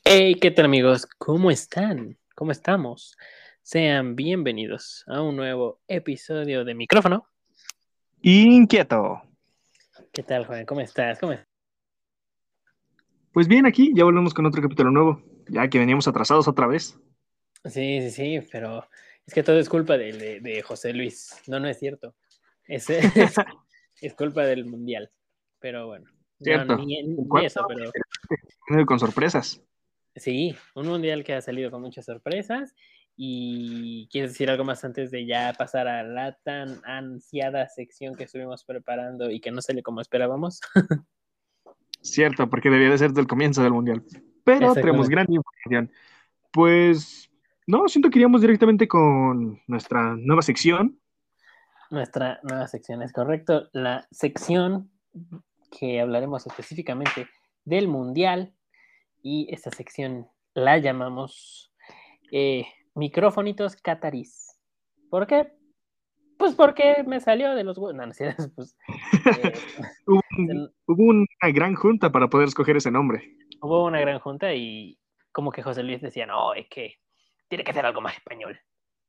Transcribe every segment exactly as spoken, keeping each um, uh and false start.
Hey, ¿qué tal amigos? ¿Cómo están? ¿Cómo estamos? Sean bienvenidos a un nuevo episodio de Micrófono. Inquieto. ¿Qué tal, Juan? ¿Cómo estás? ¿Cómo estás? Pues bien, aquí ya volvemos con otro capítulo nuevo, ya que veníamos atrasados otra vez. Sí, sí, sí, pero es que todo es culpa de, de, de José Luis. No, no es cierto. Es, es, es culpa del Mundial. Pero bueno, no, Cierto. ni, El ni cual eso, pero viene con sorpresas. sí, un Mundial que ha salido con muchas sorpresas. ¿Y quieres decir algo más antes de ya pasar a la tan ansiada sección que estuvimos preparando y que no sale como esperábamos? Cierto, porque debía de ser del comienzo del mundial. Pero tenemos Exactamente. gran información. Pues no, siento que iríamos directamente con nuestra nueva sección. Nuestra nueva sección es correcto. La sección que hablaremos específicamente del Mundial y esta sección la llamamos eh, Micrófonitos Catarís. ¿Por qué? Pues porque me salió de los huevos. No, no sé, pues, eh, Hubo, un- hubo una gran junta para poder escoger ese nombre. hubo una gran junta y como que José Luis decía, no, es que tiene que ser algo más español.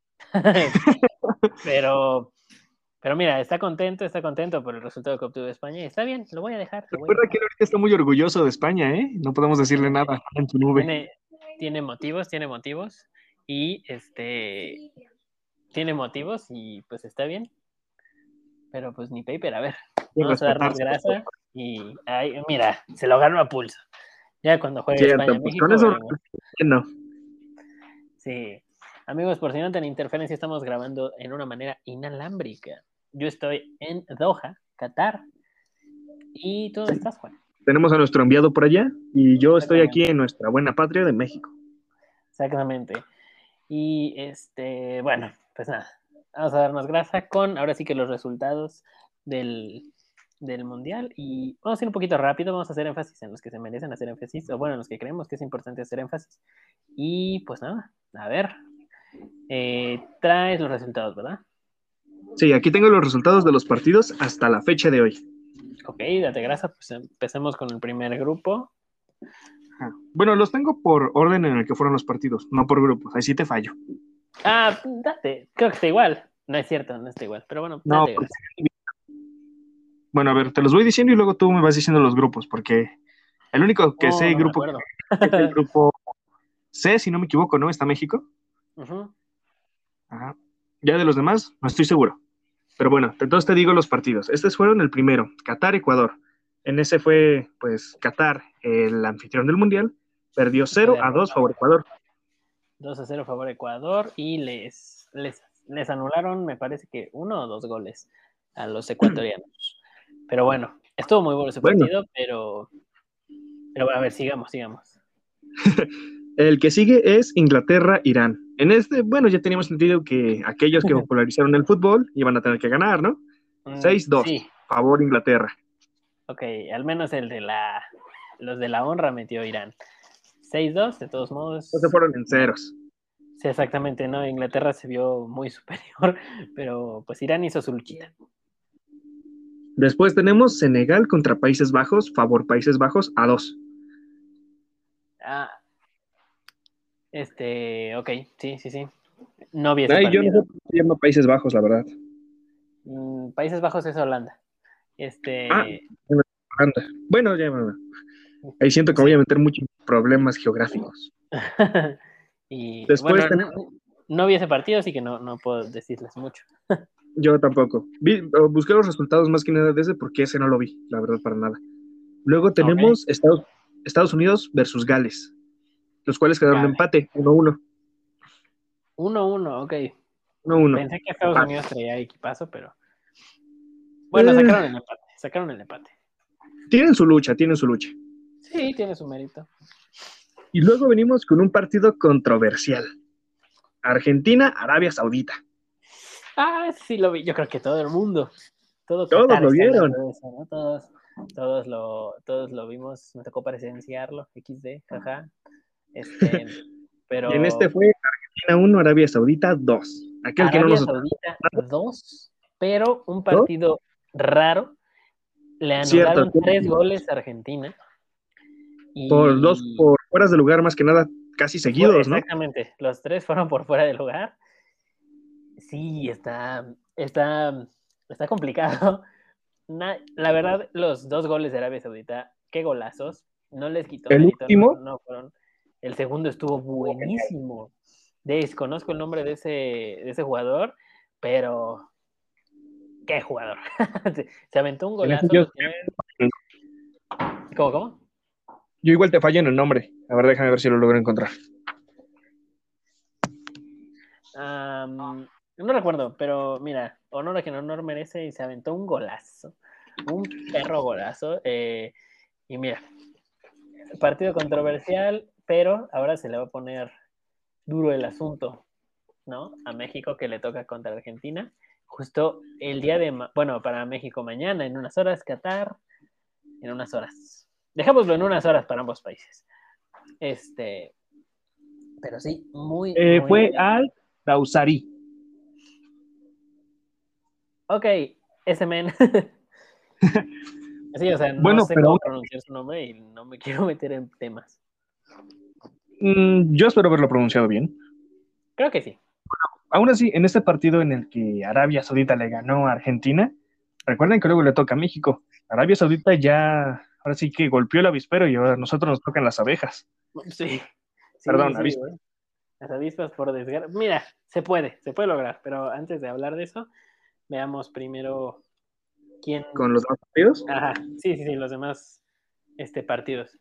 pero, pero mira, está contento, está contento por el resultado que obtuvo España y está bien, lo voy a dejar, lo voy a Recuerda que dejar. él ahorita está muy orgulloso de España, ¿eh? No podemos decirle Exactamente. nada en su nube. Tiene, tiene motivos, tiene motivos y este tiene motivos y pues está bien, pero pues ni paper, a ver, Hay que vamos a darnos respetarse. grasa y ay, mira, se lo ganó a pulso. Ya cuando juegue Cierto, pues con España-México eso veremos. no. Sí. Amigos, por si no tienen interferencia, estamos grabando en una manera inalámbrica. Yo estoy en Doha, Qatar. ¿Y tú dónde estás, Juan? Tenemos a nuestro enviado por allá y yo estoy aquí Exactamente, en nuestra buena patria de México. exactamente. Y este, bueno, pues nada, vamos a darnos grasa con ahora sí que los resultados del, del mundial. Y vamos a ir un poquito rápido, vamos a hacer énfasis en los que se merecen hacer énfasis, o bueno, en los que creemos que es importante hacer énfasis. Y pues nada, a ver, eh, traes los resultados, ¿verdad? Sí, aquí tengo los resultados de los partidos hasta la fecha de hoy. Ok, date grasa, pues empecemos con el primer grupo. Ajá. Bueno, los tengo por orden en el que fueron los partidos, no por grupos. Ahí sí te fallo. Ah, date, creo que está igual. No es cierto, no está igual, pero bueno, No, date porque... grasa. Bueno, a ver, te los voy diciendo y luego tú me vas diciendo los grupos, porque el único que Oh, sé no me grupo que acuerdo. es el grupo C, si no me equivoco, ¿no? ¿Está México? uh-huh. Ajá. Ya de los demás, no estoy seguro. Pero bueno, entonces te digo los partidos. Estos fueron el primero, Qatar-Ecuador. En ese fue, pues, Qatar, el anfitrión del Mundial, perdió Fue cero a dos derrotado. favor Ecuador. dos a cero favor Ecuador y les, les, les anularon, me parece que uno o dos goles a los ecuatorianos. Pero bueno, estuvo muy bueno ese Bueno, partido, pero, pero bueno, a ver, sigamos, sigamos. el que sigue es Inglaterra-Irán. En este, bueno, ya teníamos entendido que aquellos que popularizaron el fútbol iban a tener que ganar, ¿no? Mm, seis dos, sí, favor Inglaterra. ok, al menos el de la, los de la honra metió Irán. seis dos, de todos No se modos, fueron en no. ceros. Sí, exactamente, no, Inglaterra se vio muy superior, pero pues Irán hizo su luchita. Después tenemos Senegal contra Países Bajos, favor Países Bajos a dos. Ah, este, ok, sí, sí, sí. No vi ese Ay, yo no sé partido. por qué se llama Países Bajos, la verdad. Mm, Países Bajos es Holanda. Ah, Este, anda. Bueno, ya, ahí siento que voy sí. a meter muchos problemas geográficos. y Después bueno, tenemos, no vi ese partido, así que no, no puedo decirles mucho. yo tampoco. Vi, busqué los resultados más que nada de ese porque ese no lo vi, la verdad, para nada. Luego Ok, tenemos Estados, Estados Unidos versus Gales, los cuales quedaron Gales. empate, uno uno. uno uno, ok. uno uno. Pensé que Estados Unidos traía equipazo, pero bueno, Eh, sacaron el empate, sacaron el empate. tienen su lucha, tienen su lucha. Sí, tiene su mérito. Y luego venimos con un partido controversial. Argentina-Arabia Saudita. Ah, sí lo vi. Yo creo que todo el mundo, todo Todos Qatar lo está vieron. hablando de eso, ¿no? Todos, todos lo, todos lo vimos. Me tocó presenciarlo, equis de, jaja. Este, Y en este pero fue Argentina uno, Arabia Saudita dos. Aquel que no Arabia nos esperaba. Saudita dos, pero un ¿No? partido raro. Le Cierto, anularon tres goles a Argentina Por dos, Y por fueras de lugar más que nada, casi fue, seguidos, ¿no? exactamente, los tres fueron por fuera del lugar. Sí, está, está, está complicado. Na- la verdad, los dos goles de Arabia Saudita, qué golazos. No les quitó El mérito, no, último, no fueron. El segundo estuvo buenísimo. Desconozco el nombre de ese, de ese jugador, pero qué jugador. se, se aventó un en ese golazo, yo, lo tiene. ¿Cómo, cómo? yo igual te fallo en el nombre. A ver, déjame ver si lo logro encontrar. Um, no recuerdo, pero mira, honor a quien honor merece y se aventó un golazo. Un perro golazo. Eh, y mira, partido controversial, pero ahora se le va a poner duro el asunto, ¿no? A México que le toca contra Argentina. Justo el día de, ma- bueno, para México mañana, en unas horas, Qatar, en unas horas. Dejémoslo en unas horas para ambos países. Este, pero sí, muy, Eh, muy. fue al Dausari. Ok, ese men. Sí, o sea, no Bueno, sé pero cómo aún, pronunciar su nombre y no me quiero meter en temas. mm, yo espero haberlo pronunciado bien. Creo que sí. Aún así, en este partido en el que Arabia Saudita le ganó a Argentina, recuerden que luego le toca a México. Arabia Saudita ya, ahora sí que golpeó el avispero y ahora a nosotros nos tocan las abejas. Sí, sí, Perdón, sí. avispas. ¿Eh? Las avispas por desgracia. Mira, se puede, se puede lograr, pero antes de hablar de eso, veamos primero quién. Con los demás partidos. Ajá, sí, sí, sí, los demás este, partidos.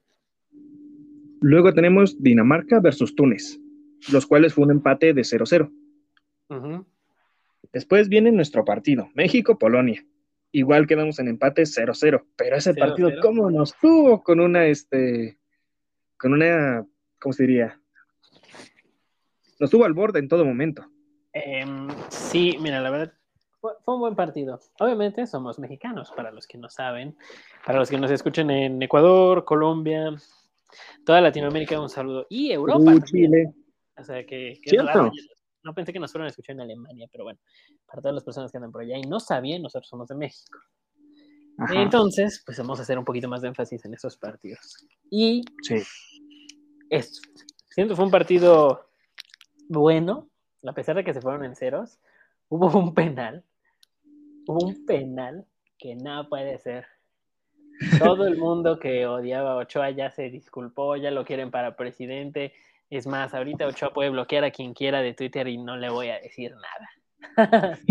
Luego tenemos Dinamarca versus Túnez, los cuales fue un empate de cero cero. Ujú. Después viene nuestro partido, México-Polonia. Igual quedamos en empate cero cero, pero ese cero partido, cero. ¿cómo nos tuvo con una, este, con una, ¿cómo se diría? Nos tuvo al borde en todo momento. Em, sí, mira, la verdad, fue, fue un buen partido. Obviamente somos mexicanos, para los que no saben, para los que nos escuchen en Ecuador, Colombia, toda Latinoamérica, un saludo. Y Europa Perú, también. Chile, O sea, que, que es raro. ¿cierto? Yo no pensé que nos fueran a escuchar en Alemania, pero bueno, para todas las personas que andan por allá y no sabían, nosotros somos de México. Ajá, Entonces, pues vamos a hacer un poquito más de énfasis en esos partidos. Y sí. esto, siento fue un partido bueno, a pesar de que se fueron en ceros, hubo un penal, hubo un penal que no puede ser. Todo el mundo que odiaba a Ochoa ya se disculpó, ya lo quieren para presidente. Es más, ahorita Ochoa puede bloquear a quien quiera de Twitter y no le voy a decir nada.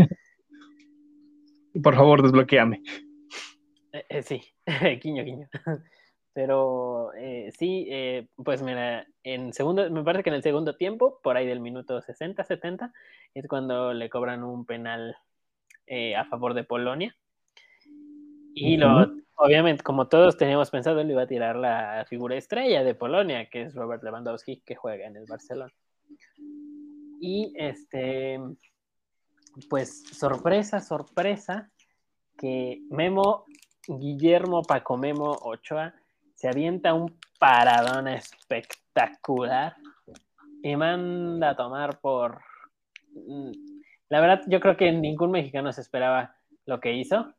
Por favor, desbloqueame. Eh, eh, sí, guiño, guiño. Pero eh, sí, eh, pues mira, en segundo, me parece que en el segundo tiempo, por ahí del minuto sesenta setenta es cuando le cobran un penal eh, a favor de Polonia. Y lo, Ujú. obviamente, como todos teníamos pensado, le iba a tirar la figura estrella de Polonia, que es Robert Lewandowski, que juega en el Barcelona. Y este, pues sorpresa, sorpresa, que Memo, Guillermo Paco Memo Ochoa, se avienta un paradón espectacular y manda a tomar por... La verdad, yo creo que ningún mexicano se esperaba lo que hizo.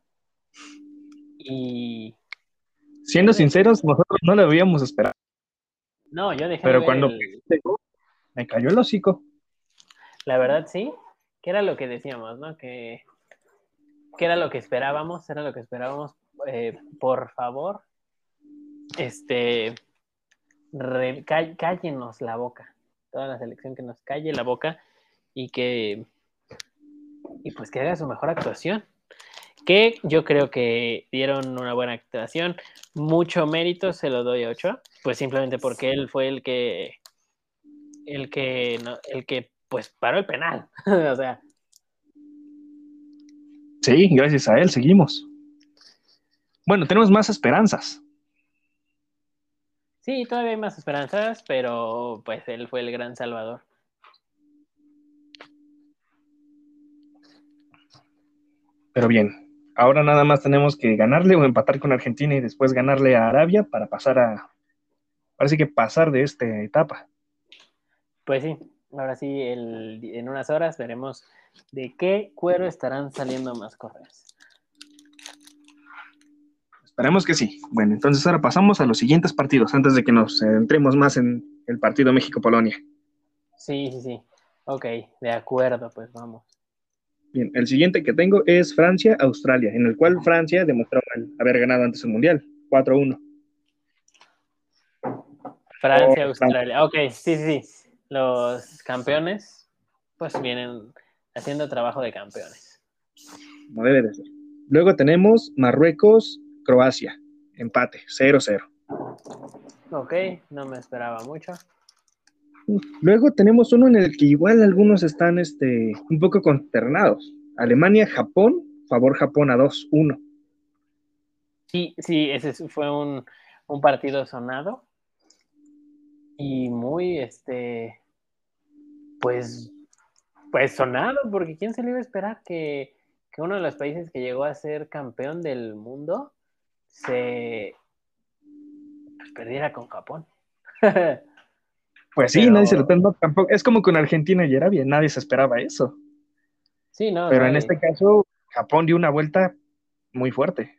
Y yo Siendo de... sinceros, nosotros no lo habíamos esperado, No, yo dejé de pero ver cuando el... pegó, me cayó el hocico. La verdad, sí, que era lo que decíamos, ¿no? Que, que era lo que esperábamos, era lo que esperábamos. Eh, por favor, este, re, cá, cállenos la boca. Toda la selección que nos calle la boca y que, y pues que haga su mejor actuación. Que yo creo que dieron una buena actuación. Mucho mérito se lo doy a Ochoa, pues simplemente porque él fue el que, el que, no, el que pues paró el penal. O sea, Sí, gracias a él seguimos. Bueno, tenemos más esperanzas. sí, todavía hay más esperanzas, pero pues él fue el gran salvador. Pero bien, ahora nada más tenemos que ganarle o empatar con Argentina y después ganarle a Arabia para pasar a, parece que pasar de esta etapa. Pues sí, ahora sí, el, en unas horas veremos de qué cuero estarán saliendo más correos. Esperemos que sí. Bueno, entonces ahora pasamos a los siguientes partidos, antes de que nos entremos más en el partido México-Polonia. Sí, sí, sí. Ok, de acuerdo, pues vamos. Bien, el siguiente que tengo es Francia-Australia, en el cual Francia demostró haber ganado antes el Mundial, cuatro uno. Francia, Por Francia, Australia. Ok, sí, sí, sí. Los campeones, pues vienen haciendo trabajo de campeones. como debe de ser. Luego tenemos Marruecos-Croacia, empate, cero cero. Ok, no me esperaba mucho. Luego tenemos uno en el que igual algunos están este, un poco consternados. Alemania-Japón, favor Japón a dos uno. Sí, sí, ese fue un, un partido sonado y muy, este, pues, pues sonado, porque ¿quién se le iba a esperar que, que uno de los países que llegó a ser campeón del mundo se pues, perdiera con Japón? Pues sí, nadie se lo Pero no, tampoco. Es como con Argentina y Arabia, nadie se esperaba eso. sí, no, o Pero sea, en este caso, Japón dio una vuelta muy fuerte.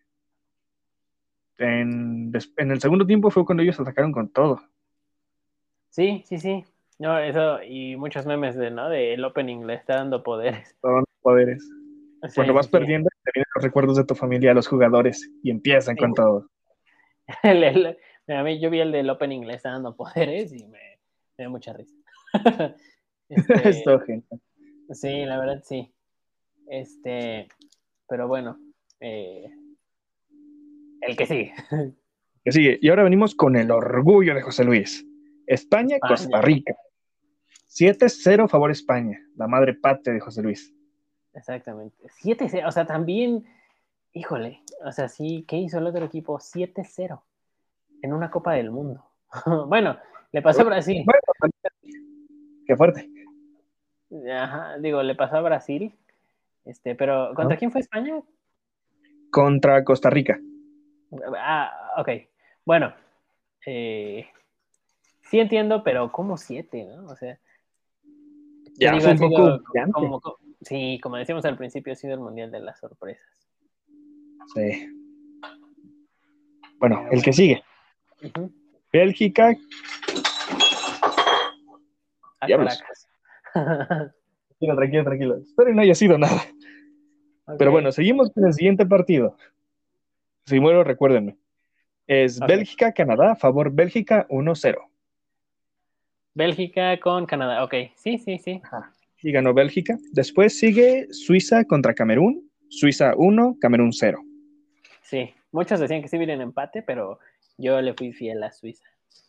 En, en el segundo tiempo fue cuando ellos atacaron con todo. sí, sí, sí. No, eso, y muchos memes de, ¿no? De el opening le está dando poderes. Todos los poderes. Cuando Sí, sí, vas sí. perdiendo, te vienen los recuerdos de tu familia, los jugadores, y empiezan Sí. con todo. El- el- a mí yo vi el del opening le está dando poderes y me, me dio mucha risa. Este, Esto, gente. sí, la verdad sí. Este, pero bueno, eh, el que sigue. Que sigue. Y ahora venimos con el orgullo de José Luis. España, Costa España, Rica. siete cero favor España, la madre patria de José Luis. exactamente. siete cero, o sea, también, híjole, o sea, sí, ¿qué hizo el otro equipo? siete cero en una Copa del Mundo. Bueno, le pasó a Brasil. Bueno, qué fuerte. Ajá, digo, le pasó a Brasil. Este, pero ¿contra ¿No? quién fue España? Contra Costa Rica. Ah, ok. Bueno, eh, sí entiendo, pero como siete, ¿no? O sea, te Ya digo, fue ha un poco sido humillante. como, como, sí, como decíamos al principio, ha sido el mundial de las sorpresas. Sí. Bueno, Pero el que bueno. sigue. Uh-huh. Bélgica. A Diablos. Caracas. Tranquilo, tranquilo, tranquilo. Espero y no haya sido nada. Pero bueno, Ok, seguimos con el siguiente partido. Si muero, recuérdenme. Es ok. Bélgica-Canadá, favor Bélgica uno cero. Bélgica con Canadá. Ok, sí, sí, sí. Ajá. Y ganó Bélgica. Después sigue Suiza contra Camerún. Suiza uno, Camerún cero. Sí, muchos decían que sí vienen empate, pero yo le fui fiel a Suiza.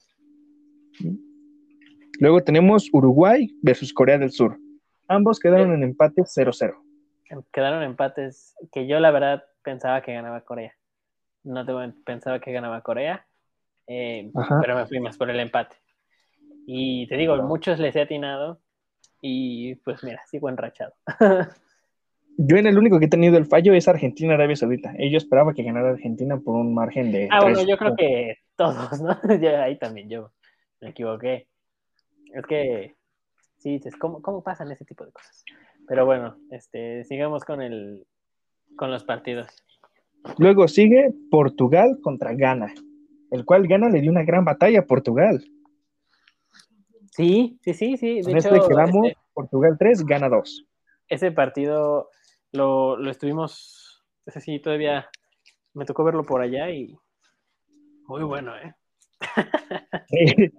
Luego tenemos Uruguay versus Corea del Sur. Ambos quedaron en empate cero cero. Quedaron empates que yo la verdad pensaba que ganaba Corea. No te pensaba que ganaba Corea, eh, Ajá. pero me fui más por el empate. Y te digo, muchos les he atinado y pues mira, sigo enrachado. Yo en el único que he tenido el fallo es Argentina-Arabia Saudita. Y yo esperaba que ganara Argentina por un margen de Ah, bueno, tres. yo creo que todos, ¿no? Ya ahí también yo me equivoqué. Es que sí, dices, ¿cómo, cómo pasan ese tipo de cosas? Pero bueno, este, sigamos con el, con los partidos. Luego sigue Portugal contra Ghana, el cual Ghana le dio una gran batalla a Portugal. Sí, sí, sí, sí. De En este hecho, quedamos este, Portugal tres, Ghana dos. ese partido lo, lo estuvimos, ese sí, todavía me tocó verlo por allá y muy bueno, ¿eh? Me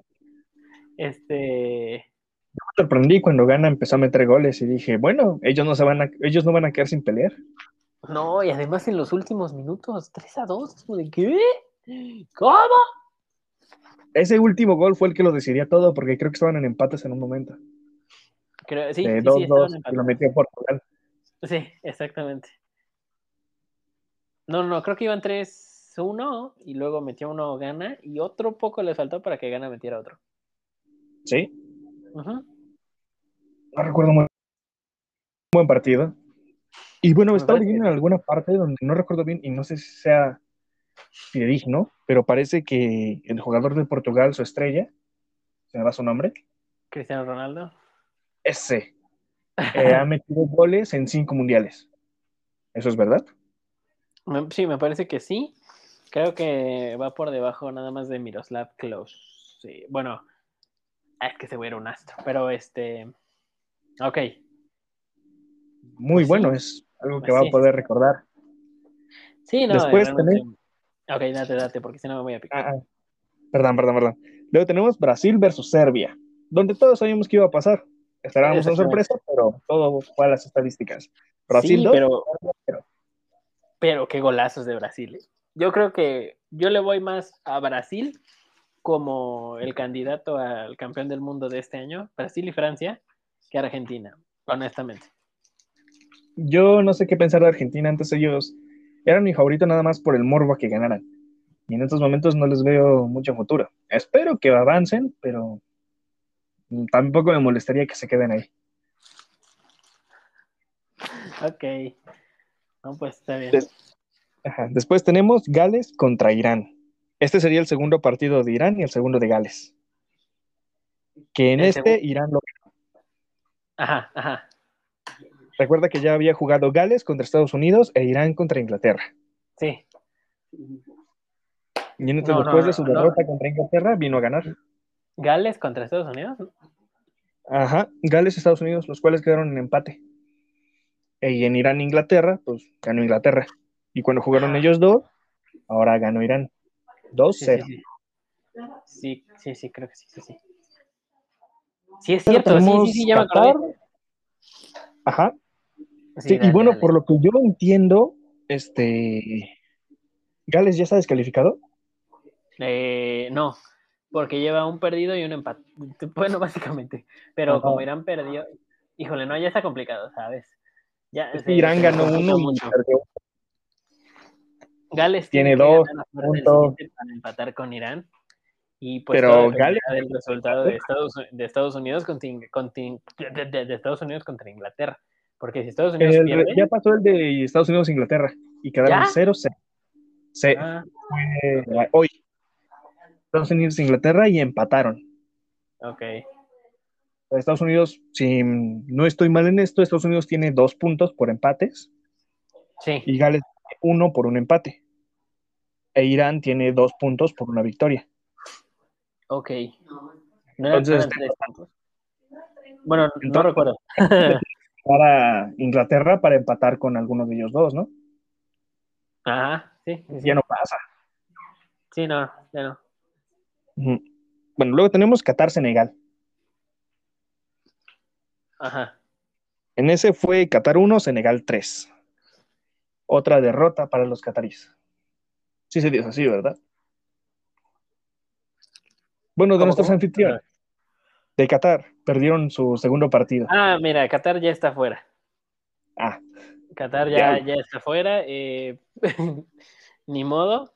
Este, sorprendí cuando Ghana empezó a meter goles y dije, bueno, ellos no, se van a, ellos no van a quedar sin pelear. no, y además en los últimos minutos, tres a dos, ¿de qué? ¿Cómo? Ese último gol fue el que lo decidía todo porque creo que estaban en empates en un momento. Creo, sí, De sí, sí, dos estaban dos y lo empatados. metió Portugal. Sí, exactamente. No, no, creo que iban tres uno y luego metió uno Gana y otro poco le faltó para que Gana metiera otro. Sí, Ujú. no recuerdo muy buen partido. Y bueno, Me estaba parece que leyendo en sí. alguna parte donde no recuerdo bien y no sé si sea fidedigno, pero parece que el jugador de Portugal, su estrella, se me va su nombre, Cristiano Ronaldo. ese, eh, ha metido goles en cinco mundiales. ¿Eso es verdad? Me- sí, me parece que sí. Creo que va por debajo nada más de Miroslav Klose. Sí, bueno, es que se güey era un astro, pero este, ok, Muy pues bueno, sí, es algo que pues va a sí, sí, poder sí. recordar. Sí, no, Después realmente. tenemos, Ok, date, date, porque si no me voy a picar. ah, ah, perdón, perdón, perdón. Luego tenemos Brasil versus Serbia, donde todos sabíamos que iba a pasar. Esperábamos una Exactamente. sorpresa, pero todo fue a las estadísticas. Brasil Sí, dos, pero, cero. pero qué golazos de Brasil. ¿Eh? Yo creo que yo le voy más a Brasil como el candidato al campeón del mundo de este año, Brasil y Francia, que Argentina, honestamente. Yo no sé qué pensar de Argentina, antes ellos eran mi favorito nada más por el morbo a que ganaran. Y en estos momentos no les veo mucho futuro. Espero que avancen, pero tampoco me molestaría que se queden ahí. Ok, no, pues está bien. Des- Ajá. Después tenemos Gales contra Irán. Este sería el segundo partido de Irán y el segundo de Gales. Que en El este segundo. Irán lo... Ajá, ajá. Recuerda que ya había jugado Gales contra Estados Unidos e Irán contra Inglaterra. Sí. Y en este, No, no, después de su no, no. derrota contra Inglaterra, vino a ganar. Gales contra Estados Unidos. Ajá, Gales y Estados Unidos, los cuales quedaron en empate. Y en Irán, Inglaterra, pues ganó Inglaterra. Y cuando jugaron Ajá. ellos dos, ahora ganó Irán. dos Sí, sí, cero. sí. Sí, sí, sí, creo que sí, sí, sí. Sí, es Pero cierto, sí, sí, tenemos sí, ya me Qatar. acordé. Ajá. Sí, Sí, y dale, bueno, dale. por lo que yo entiendo, este, Gales ya está descalificado. Eh, no, porque lleva un perdido y un empate. Bueno, básicamente. Pero como Ajá. Irán perdió, híjole, no, ya está complicado, ¿sabes? Ya Es que se, Irán se les ganó complica uno y mucho. perdió. Gales tiene Tiene que dos ganar a fuerza el puntos, siguiente para empatar con Irán. Y pues todo pero dependerá Gales, del resultado de Estados, de Estados Unidos contra, contra- de, de- de Estados Unidos contra Inglaterra. Porque si Estados Unidos el re- ya pierde, pasó el de Estados Unidos e Inglaterra y quedaron ¿ya? cero cero. Se Ah, ok, fue hoy Estados Unidos e Inglaterra y empataron. ok. Estados Unidos, si no estoy mal en esto, Estados Unidos tiene dos puntos por empates Sí, y Gales tiene uno por un empate. E Irán tiene dos puntos por una victoria. ok. ¿No eran, no Entonces, eran tres puntos? Bueno, no entonces recuerdo. para Inglaterra para empatar con alguno de ellos dos, ¿no? Ajá, sí, sí, Ya sí. no pasa. Sí, no, ya no. Ujú. Bueno, luego tenemos Qatar-Senegal. Ajá. En ese fue Qatar uno, Senegal tres. Otra derrota para los cataríes. Sí se dice así, ¿verdad? Bueno, de ¿Cómo, nuestros cómo? anfitriones, de Qatar, perdieron su segundo partido. Ah, mira, Qatar ya está fuera. Ah, Qatar ya, diablo. ya está fuera. Eh, ni modo.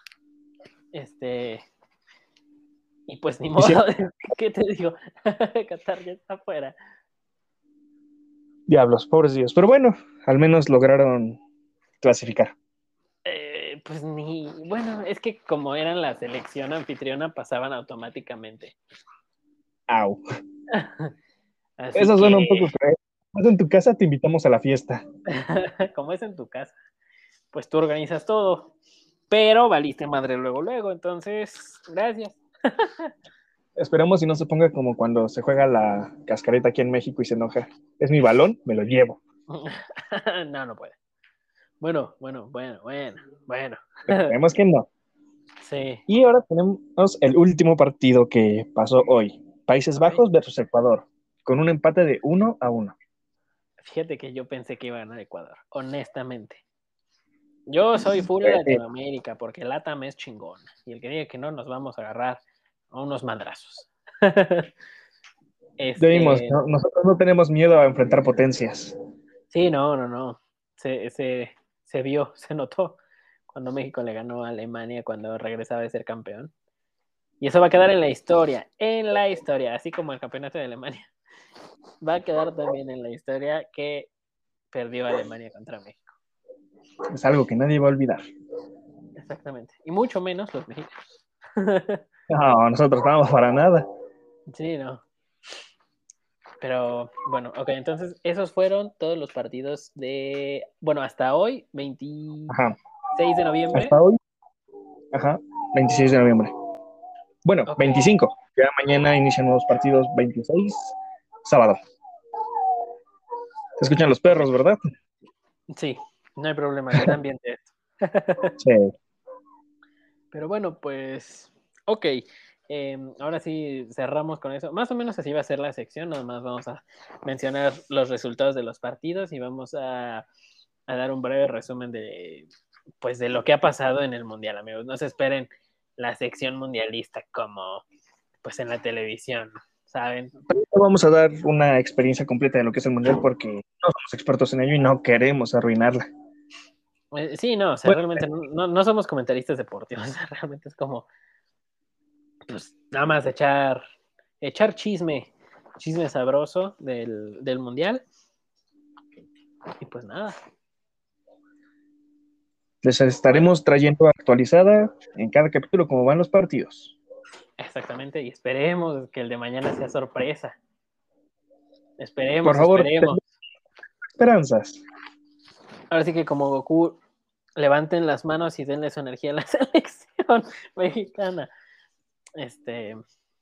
Este, y pues ni modo. Hicieron ¿Qué te digo? Qatar ya está fuera. diablos, pobres Dios. Pero bueno, al menos lograron clasificar. Eh, pues ni, bueno, es que como eran la selección anfitriona, pasaban automáticamente. Au. Así Eso suena un que, poco cruel. Más en tu casa te invitamos a la fiesta. como es en tu casa, pues tú organizas todo. Pero valiste madre luego, luego. Entonces, gracias. Esperemos y no se ponga como cuando se juega la cascareta aquí en México y se enoja. Es mi balón, me lo llevo. No, no puede. Bueno, bueno, bueno, bueno, bueno. Esperemos que no. Sí, Y ahora tenemos el último partido que pasó hoy. Países ok. Bajos versus Ecuador, con un empate de uno a uno. Fíjate que yo pensé que iba a ganar Ecuador, honestamente. Yo soy full Eh, Latinoamérica porque el LATAM es chingón. Y el que diga que no, nos vamos a agarrar a unos madrazos. ya vimos, Este, ¿no? Nosotros no tenemos miedo a enfrentar potencias. sí, no, no, no. Se, se, se vio, se notó cuando México le ganó a Alemania cuando regresaba de ser campeón. Y eso va a quedar en la historia, en la historia, así como el campeonato de Alemania. Va a quedar también en la historia que perdió Alemania contra México. Es algo que nadie va a olvidar. Exactamente. Y mucho menos los mexicanos. No, nosotros no vamos para nada. Sí, no. Pero bueno, ok, entonces esos fueron todos los partidos de, bueno, hasta hoy, veintiséis Ajá. de noviembre. Hasta hoy. Ajá, veintiséis de noviembre. Bueno, Ok, veinticinco. Ya mañana inician nuevos partidos, veintiséis, sábado. Se escuchan los ok. perros, ¿verdad? Sí, no hay problema, le dan bien de esto. Sí. Pero bueno, pues, ok. Eh, ahora sí cerramos con eso. Más o menos así va a ser la sección. Nada más vamos a mencionar los resultados de los partidos y vamos a, a dar un breve resumen de, pues, de lo que ha pasado en el Mundial, amigos. No se esperen la sección mundialista como pues en la televisión, ¿saben? Pero vamos a dar una experiencia completa de lo que es el mundial porque no somos expertos en ello y no queremos arruinarla. Eh, sí, no, o sea, Bueno, realmente no, no, no somos comentaristas deportivos, o sea, realmente es como, pues, nada más echar, echar chisme, chisme sabroso del, del mundial. Y pues nada, les bueno, estaremos trayendo actualizada en cada capítulo cómo van los partidos. exactamente, y esperemos que el de mañana sea sorpresa. Por Esperemos, favor, esperemos. tenemos esperanzas. Ahora sí que como Goku, levanten las manos y denle su energía a la selección mexicana. Este,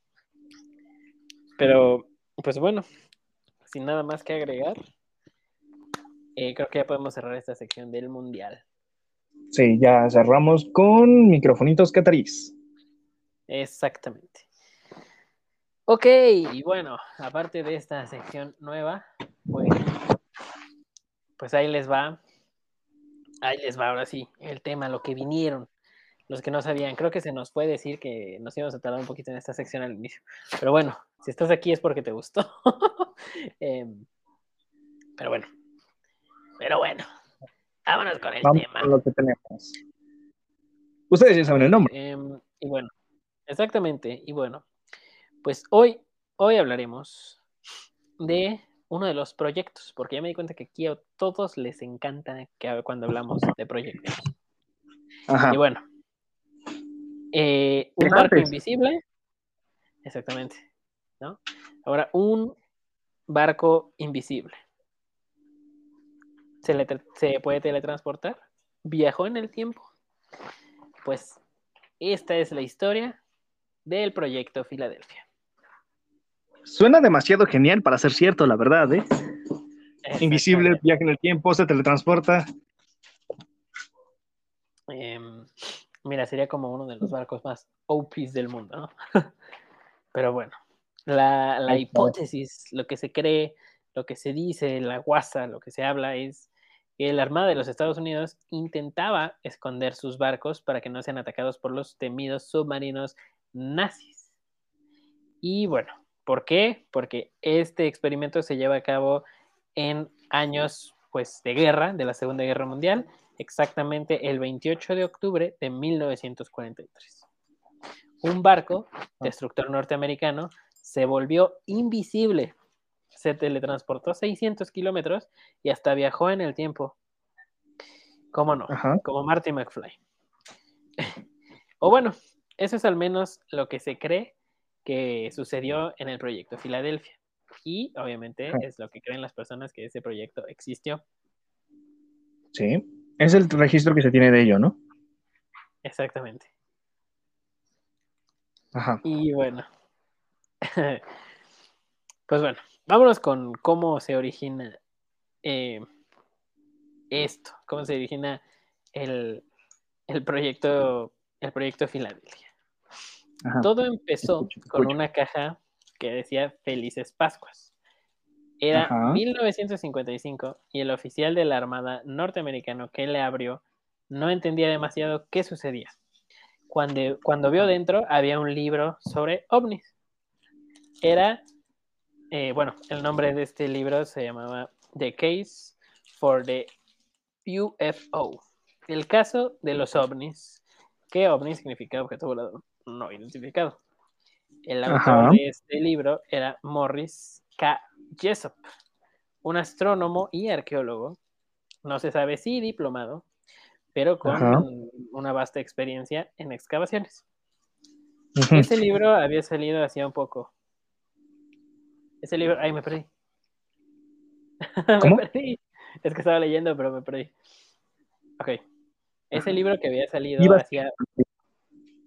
pero, pues bueno, sin nada más que agregar, eh, creo que ya podemos cerrar esta sección del mundial. Sí, ya cerramos con microfonitos catarís. Exactamente. Ok, y bueno, aparte de esta sección nueva, pues, pues ahí les va, ahí les va ahora sí, el tema, lo que vinieron, los que no sabían. Creo que se nos puede decir que nos íbamos a tardar un poquito en esta sección al inicio. Pero bueno, si estás aquí es porque te gustó. eh, pero bueno, pero bueno, vámonos con el Vamos tema. con lo que tenemos. Ustedes ya saben el Exactamente. nombre. Eh, y bueno, exactamente. Y bueno, pues hoy, hoy hablaremos de uno de los proyectos, porque ya me di cuenta que aquí a todos les encanta que cuando hablamos de proyectos. Y Ajá. bueno, eh, un barco Antes. invisible, exactamente, ¿no? Ahora, un barco invisible. ¿Se, le se puede teletransportar? ¿Viajó en el tiempo? Pues esta es la historia del proyecto Filadelfia. Suena demasiado genial para ser cierto, la verdad, ¿eh? Invisible, Exactamente. viaja en el tiempo, se teletransporta. Eh, mira, sería como uno de los barcos más O Ps del mundo, ¿no? Pero bueno, la, la Ahí está. hipótesis, lo que se cree, lo que se dice, la guasa, lo que se habla es que la Armada de los Estados Unidos intentaba esconder sus barcos para que no sean atacados por los temidos submarinos nazis. Y bueno, ¿por qué? Porque este experimento se lleva a cabo en años pues, de guerra, de la Segunda Guerra Mundial, exactamente el veintiocho de octubre de mil novecientos cuarenta y tres. Un barco destructor norteamericano se volvió invisible, se teletransportó seiscientos kilómetros y hasta viajó en el tiempo. ¿Cómo no? Ajá. Como Marty McFly. O bueno, eso es al menos lo que se cree que sucedió en el proyecto Filadelfia. Y obviamente Ajá. es lo que creen las personas que ese proyecto existió. Sí. Es el registro que se tiene de ello, ¿no? Exactamente. Ajá. Y bueno, pues bueno, vámonos con cómo se origina eh, esto, cómo se origina el, el proyecto, el proyecto Filadelfia. Ajá. Todo empezó Escucho, con escucho. una caja que decía Felices Pascuas. Era Ajá. mil novecientos cincuenta y cinco y el oficial de la Armada norteamericano que le abrió no entendía demasiado qué sucedía. Cuando, cuando vio dentro había un libro sobre ovnis. Era, eh, bueno, el nombre de este libro se llamaba The Case for the U F O. El caso de los ovnis. ¿Qué ovni significa objeto volador no identificado? El autor Ajá. de este libro era Morris K. Jessop, un astrónomo y arqueólogo, no se sabe si diplomado, pero Ajá. con una vasta experiencia en excavaciones. Ujú. Ese libro había salido hacía un poco. Ese libro, ay, me perdí. me ¿Cómo? perdí. Es que estaba leyendo, pero me perdí. Ok. Ese Ajá. libro que había salido Ibas. hacía.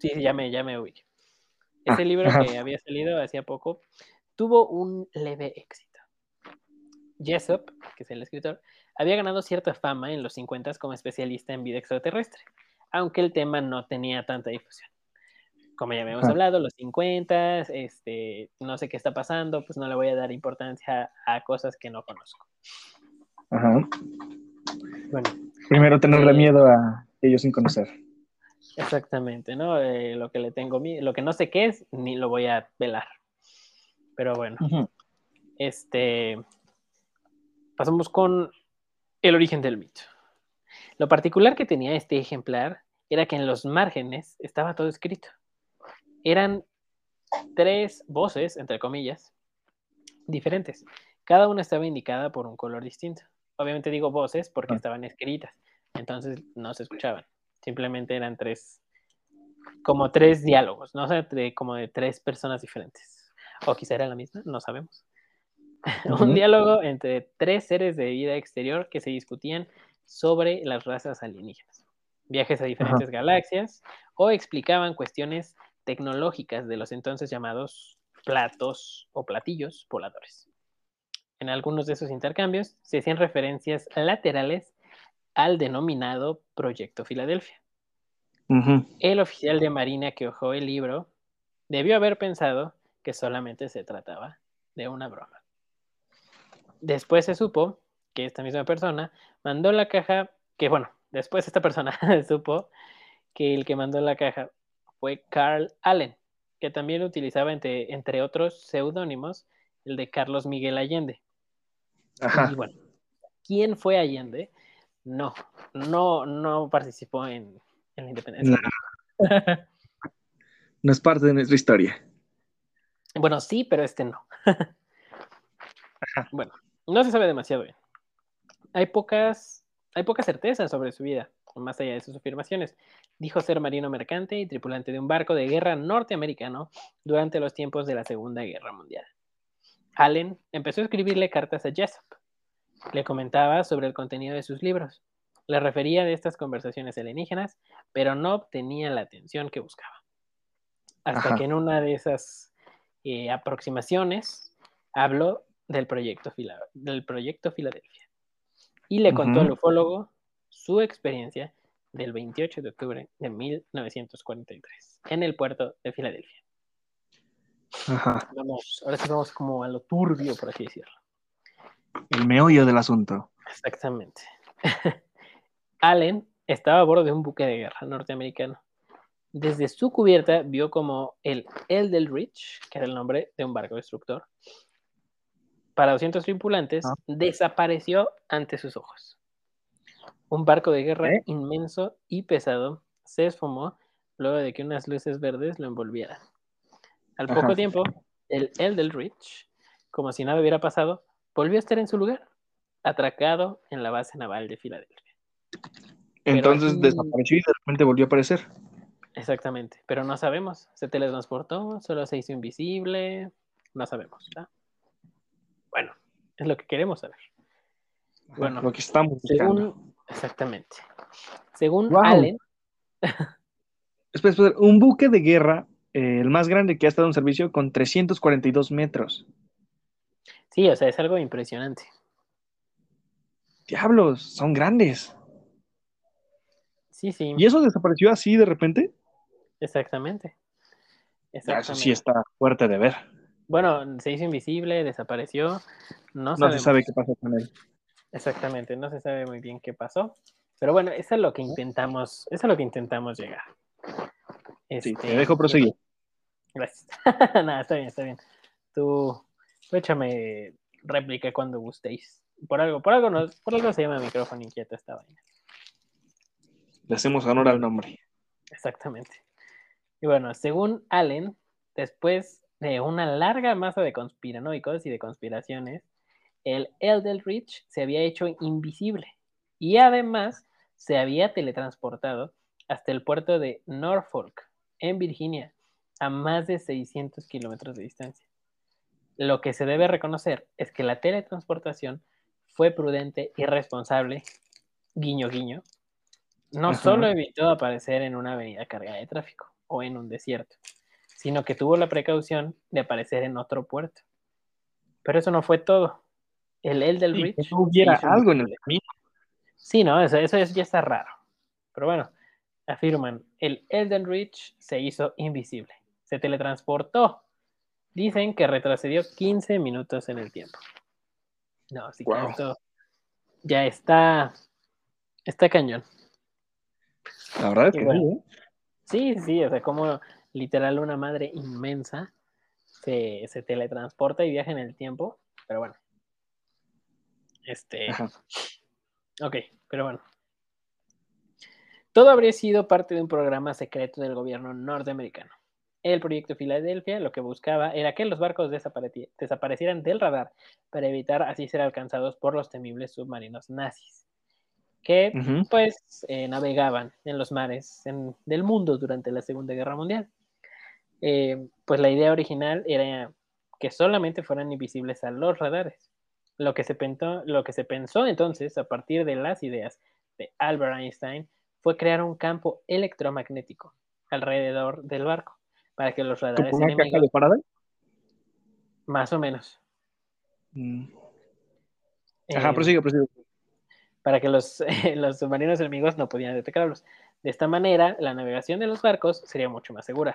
Sí, sí, ya me, ya me ubiqué. Ah, Ese libro ajá. que había salido hacía poco tuvo un leve éxito. Jessop, que es el escritor, había ganado cierta fama en los cincuenta como especialista en vida extraterrestre, aunque el tema no tenía tanta difusión. Como ya habíamos Ajá. hablado, los cincuenta, este, no sé qué está pasando, pues no le voy a dar importancia a cosas que no conozco. Ajá. Bueno, Primero tenerle eh, miedo a ellos sin conocer. exactamente, ¿no? Eh, lo que le tengo miedo, lo que no sé qué es, ni lo voy a velar. Pero bueno, Ujú. este, pasamos con el origen del mito. Lo particular que tenía este ejemplar era que en los márgenes estaba todo escrito. Eran tres voces, entre comillas, diferentes. Cada una estaba indicada por un color distinto. Obviamente digo voces porque Ah, estaban escritas, entonces no se escuchaban. Simplemente eran tres, como tres diálogos, ¿no? O sea, de, como de tres personas diferentes. O quizá era la misma, no sabemos. Un ujú. diálogo entre tres seres de vida exterior que se discutían sobre las razas alienígenas, viajes a Ajá. diferentes galaxias o explicaban cuestiones tecnológicas de los entonces llamados platos o platillos voladores. En algunos de esos intercambios se hacían referencias laterales al denominado Proyecto Filadelfia. Ujú. El oficial de Marina que hojeó el libro debió haber pensado que solamente se trataba de una broma. Después se supo que esta misma persona mandó la caja, que bueno, después esta persona supo que el que mandó la caja fue Carl Allen, que también utilizaba entre, entre otros seudónimos el de Carlos Miguel Allende. Y Ajá. bueno, ¿quién fue Allende? No, no, no participó en, en la independencia No, de México. no es parte de nuestra historia. Bueno, sí, pero este no. Ajá. Bueno, no se sabe demasiado bien. Hay pocas, hay pocas certezas sobre su vida, más allá de sus afirmaciones. Dijo ser marino mercante y tripulante de un barco de guerra norteamericano durante los tiempos de la Segunda Guerra Mundial. Allen empezó a escribirle cartas a Jessup. Le comentaba sobre el contenido de sus libros. Le refería de estas conversaciones alienígenas, pero no obtenía la atención que buscaba. Hasta que Ajá. en una de esas eh, aproximaciones habló del proyecto, del proyecto Filadelfia y le contó al Ujú. ufólogo su experiencia del veintiocho de octubre de mil novecientos cuarenta y tres en el puerto de Filadelfia. Ajá. Vamos, ahora sí vamos como a lo turbio, por así decirlo. El meollo del asunto. Exactamente. Allen estaba a bordo de un buque de guerra norteamericano. Desde su cubierta vio como el Eldridge, que era el nombre de un barco destructor, para doscientos tripulantes, Ah, desapareció ante sus ojos. Un barco de guerra ¿eh? inmenso y pesado se esfumó luego de que unas luces verdes lo envolvieran. Al poco Ajá. tiempo, el Eldridge, como si nada hubiera pasado, volvió a estar en su lugar, atracado en la base naval de Filadelfia. Pero Entonces aquí, desapareció y de repente volvió a aparecer. exactamente, pero no sabemos. Se teletransportó, solo se hizo invisible, no sabemos. ¿Verdad? Bueno, es lo que queremos saber. Ajá. Bueno, Lo que estamos buscando. según, exactamente, según Wow. Allen, Espera, espera, un buque de guerra, eh, el más grande que ha estado en servicio, con trescientos cuarenta y dos metros. sí, o sea, es algo impresionante. Diablos, son grandes. Sí, sí, ¿Y eso desapareció así de repente? exactamente, Ah, eso sí exactamente. está fuerte de ver. Bueno, se hizo invisible, desapareció, no No se sabe qué sabemos pasó con él. exactamente, no se sabe muy bien qué pasó, pero bueno, eso es lo que intentamos, eso es lo que intentamos llegar. Sí, te Este, dejo y bueno, proseguir. gracias. Nada, está bien, está bien. Tú, tú échame réplica cuando gustéis. Por algo, por algo, no, por algo se llama micrófono inquieto esta vaina. Le hacemos honor al nombre. Exactamente. Y bueno, según Allen, después de una larga masa de conspiranoicos y de conspiraciones, el Eldridge se había hecho invisible y además se había teletransportado hasta el puerto de Norfolk, en Virginia, a más de seiscientos kilómetros de distancia. Lo que se debe reconocer es que la teletransportación fue prudente y responsable, guiño guiño, no solo Ajá. evitó aparecer en una avenida cargada de tráfico, o en un desierto, sino que tuvo la precaución de aparecer en otro puerto. Pero eso no fue todo. El Sí, que Eldenreach no se hubiera hizo algo en el invisible. camino. Sí, no, eso, eso es- ya está raro. Pero bueno, afirman, el Eldenreach se hizo invisible. Se teletransportó. Dicen que retrocedió quince minutos en el tiempo. No, así que Wow. esto ya está, está cañón. La verdad es Y que sí, bueno, ¿eh? sí, sí, o sea, como literal una madre inmensa se, se teletransporta y viaja en el tiempo. Pero bueno, este, Ajá. ok, pero bueno. Todo habría sido parte de un programa secreto del gobierno norteamericano. El proyecto Filadelfia lo que buscaba era que los barcos desapareci- desaparecieran del radar para evitar así ser alcanzados por los temibles submarinos nazis, que Ujú. pues eh, navegaban en los mares en- del mundo durante la Segunda Guerra Mundial. Eh, pues la idea original era que solamente fueran invisibles a los radares. Lo que se pensó, lo que se pensó entonces, a partir de las ideas de Albert Einstein, fue crear un campo electromagnético alrededor del barco para que los ¿Como radares una caja enemigos, de Faraday? más o menos, Mm. Ajá, eh, prosigue, prosigue. para que los, eh, los submarinos enemigos no pudieran detectarlos. De esta manera, la navegación de los barcos sería mucho más segura.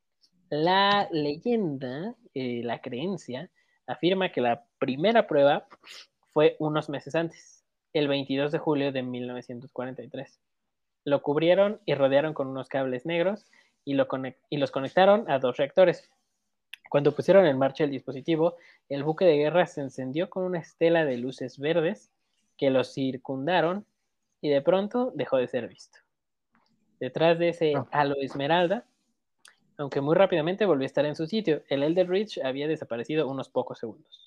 La leyenda, eh, la creencia, afirma que la primera prueba fue unos meses antes, el veintidós de julio de mil novecientos cuarenta y tres. Lo cubrieron y rodearon con unos cables negros y, lo y los conectaron a dos reactores. Cuando pusieron en marcha el dispositivo, el buque de guerra se encendió con una estela de luces verdes que lo circundaron y de pronto dejó de ser visto. Detrás de ese No, halo esmeralda, aunque muy rápidamente volvió a estar en su sitio, el Elder había desaparecido unos pocos segundos.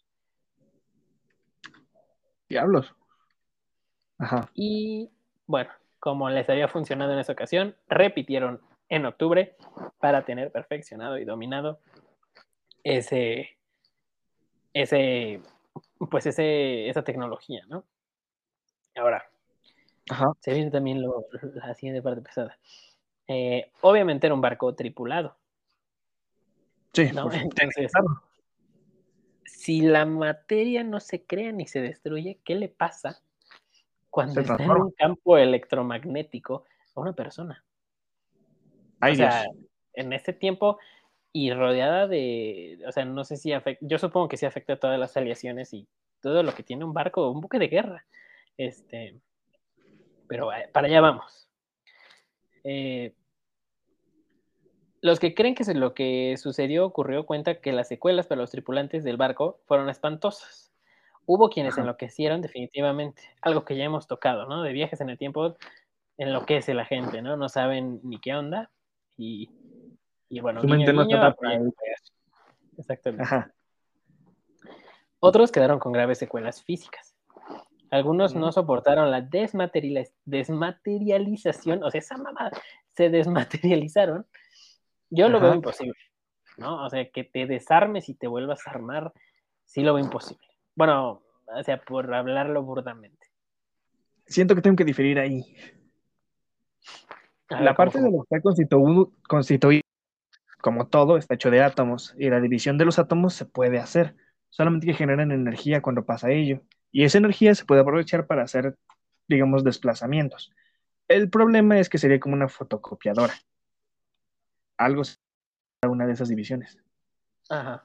diablos. Ajá. Y bueno, como les había funcionado en esa ocasión, repitieron en octubre para tener perfeccionado y dominado ese, ese, pues ese, esa tecnología, ¿no? Ahora, Ajá. se viene también lo, la siguiente parte pesada. Eh, obviamente era un barco tripulado, Sí, ¿no? por supuesto. Entonces, Claro. si la materia no se crea ni se destruye, ¿qué le pasa cuando Se está en transforma. un campo electromagnético a una persona? O Ay, sea, Dios. en ese tiempo y rodeada de, o sea, no sé si afecta, yo supongo que sí afecta a todas las aleaciones y todo lo que tiene un barco, un buque de guerra. Este, pero eh, para allá vamos. Eh, los que creen que lo que sucedió ocurrió cuenta que las secuelas para los tripulantes del barco fueron espantosas. Hubo quienes Ajá. enloquecieron definitivamente, algo que ya hemos tocado, ¿no? De viajes en el tiempo enloquece la gente, ¿no? No saben ni qué onda y, y bueno, Su guiño, mente no está guiño, para apoyen. él. Exactamente. Ajá. Otros quedaron con graves secuelas físicas. Algunos Mm. no soportaron la desmaterializ desmaterialización, o sea, esa mamada, se desmaterializaron. Yo lo veo Ajá. imposible, ¿no? O sea, que te desarmes y te vuelvas a armar, sí lo veo imposible. Bueno, o sea, por hablarlo burdamente. Siento que tengo que diferir ahí. A ver, La ¿cómo, parte de cómo? lo que está constituido, constituido, como todo, está hecho de átomos, y la división de los átomos se puede hacer, solamente que generan energía cuando pasa ello, y esa energía se puede aprovechar para hacer, digamos, desplazamientos. El problema es que sería como una fotocopiadora, algo para una de esas divisiones. Ajá.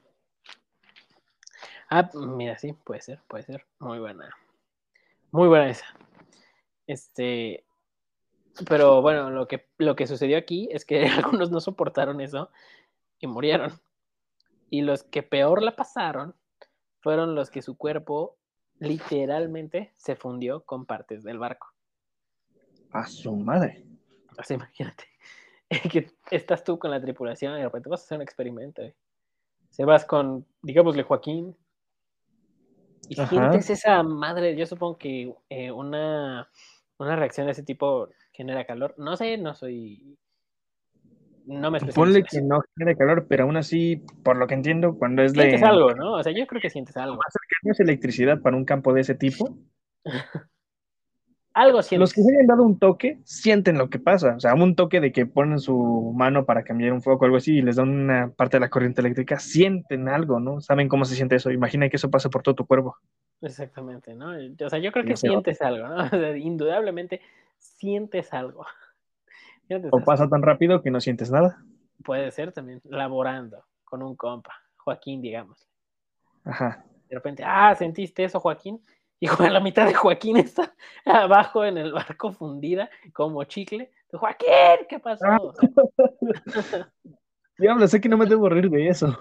Ah, mira, sí, puede ser, puede ser. Muy buena. Muy buena esa. Este, pero bueno, lo que, lo que sucedió aquí es que algunos no soportaron eso y murieron. Y los que peor la pasaron fueron los que su cuerpo literalmente se fundió con partes del barco. A su madre. O sea, imagínate que estás tú con la tripulación y de repente vas a hacer un experimento. ¿Eh? Se vas con, digámosle, Joaquín y Ajá. sientes esa madre. Yo supongo que eh, una, una reacción de ese tipo genera calor. No sé, no soy, no me especializo Ponle en que eso. no genere calor, pero aún así, por lo que entiendo, cuando es Sientes de algo, ¿no? O sea, yo creo que sientes lo algo. más cercano es electricidad para un campo de ese tipo, Algo Los que sientes. se hayan dado un toque sienten lo que pasa. O sea, un toque de que ponen su mano para cambiar un foco o algo así y les dan una parte de la corriente eléctrica, sienten algo, ¿no? Saben cómo se siente eso. Imagina que eso pasa por todo tu cuerpo. Exactamente, ¿no? O sea, yo creo Y que no sé, o sientes algo, ¿no? O sea, indudablemente sientes algo. Sientes o eso. pasa tan rápido que no sientes nada. Puede ser también laborando con un compa, Joaquín, digamos. Ajá. De repente, ah, ¿sentiste eso, Joaquín? Y la mitad de Joaquín está abajo en el barco fundida como chicle. Joaquín, ¿qué Ah, pasó? O sea, diablo, sé que no me debo reír de eso.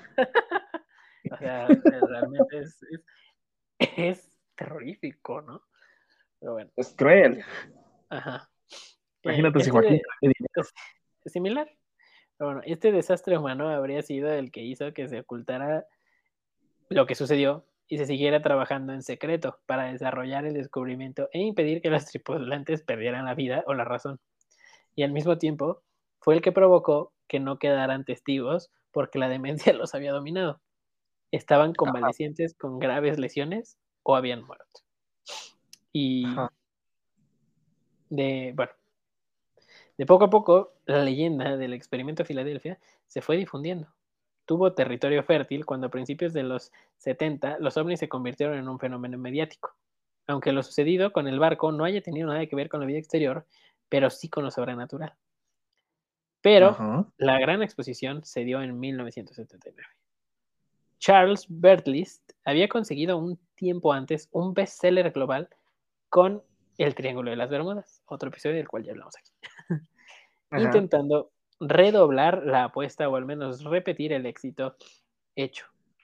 o sea realmente es, es, es terrorífico, ¿no? Pero bueno, Es cruel. ajá. Eh, Imagínate si este Joaquín de, tiene dinero. es, es similar. Pero bueno, este desastre humano habría sido el que hizo que se ocultara lo que sucedió y se siguiera trabajando en secreto para desarrollar el descubrimiento e impedir que los tripulantes perdieran la vida o la razón. Y al mismo tiempo fue el que provocó que no quedaran testigos porque la demencia los había dominado. Estaban Ajá, convalecientes con graves lesiones o habían muerto. Y ajá, de, bueno, de poco a poco, la leyenda del experimento Filadelfia se fue difundiendo. Tuvo territorio fértil cuando a principios de los setenta los ovnis se convirtieron en un fenómeno mediático. Aunque lo sucedido con el barco no haya tenido nada que ver con la vida exterior, pero sí con lo sobrenatural. Pero ajá. la gran exposición se dio en mil novecientos setenta y nueve. Charles Berlitz había conseguido un tiempo antes un bestseller global con El Triángulo de las Bermudas, otro episodio del cual ya hablamos aquí, Ajá. intentando redoblar la apuesta o al menos repetir el éxito hecho.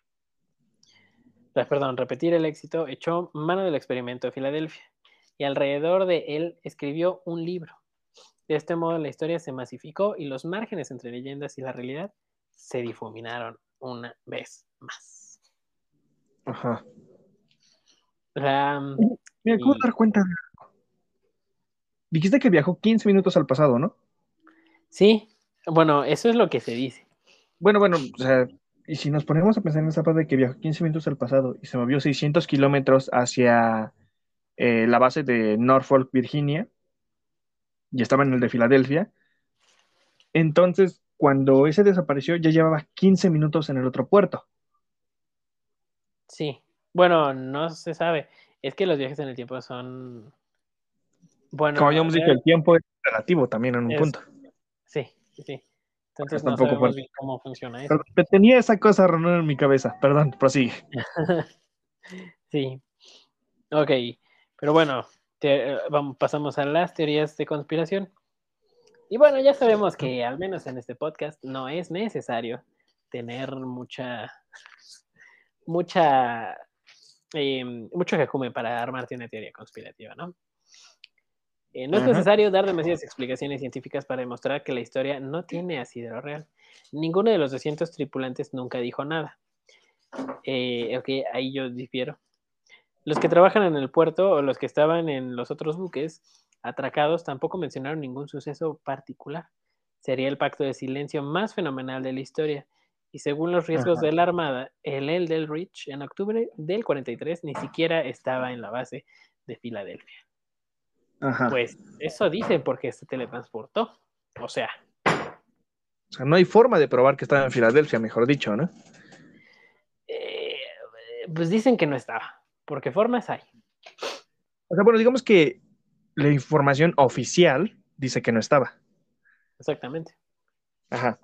Perdón, repetir el éxito echó mano del experimento de Filadelfia y alrededor de él escribió un libro. De este modo la historia se masificó y los márgenes entre leyendas y la realidad se difuminaron una vez más. Ajá. La, Oye, me acabo de y dar cuenta. Dijiste que viajó quince minutos al pasado, ¿no? sí, bueno, eso es lo que se dice. Bueno, bueno, o sea, y si nos ponemos a pensar en esa parte de que viajó quince minutos al pasado y se movió seiscientos kilómetros hacia eh, la base de Norfolk, Virginia, y estaba en el de Filadelfia, entonces cuando ese desapareció ya llevaba quince minutos en el otro puerto. Sí, bueno, no se sabe. Es que los viajes en el tiempo son, Como bueno, habíamos dicho, real, el tiempo es relativo también en un es, punto. sí, sí, sí. Bueno, Entonces está un no poco sabemos fuerte. bien cómo funciona eso. Perdón, te- tenía esa cosa rondando en mi cabeza. Perdón, prosigue. Sí, ok. Pero bueno, te- vamos, pasamos a las teorías de conspiración. Y bueno, ya sabemos que al menos en este podcast no es necesario tener mucha, mucha, eh, mucho jejume para armarte una teoría conspirativa, ¿no? Eh, no es Ajá. necesario dar demasiadas explicaciones científicas para demostrar que la historia no tiene asidero real. Ninguno de los doscientos tripulantes nunca dijo nada. Eh, ok, ahí yo difiero. Los que trabajan en el puerto o los que estaban en los otros buques atracados tampoco mencionaron ningún suceso particular. Sería el pacto de silencio más fenomenal de la historia. Y según los riesgos Ajá. de la Armada, el Eldridge en octubre del cuarenta y tres ni siquiera estaba en la base de Filadelfia. Ajá. Pues eso dicen porque se teletransportó. O sea, O sea, no hay forma de probar que estaba en Filadelfia, mejor dicho, ¿no? eh, pues dicen que no estaba, porque formas hay. O sea, bueno, digamos que la información oficial dice que no estaba. Exactamente. Ajá.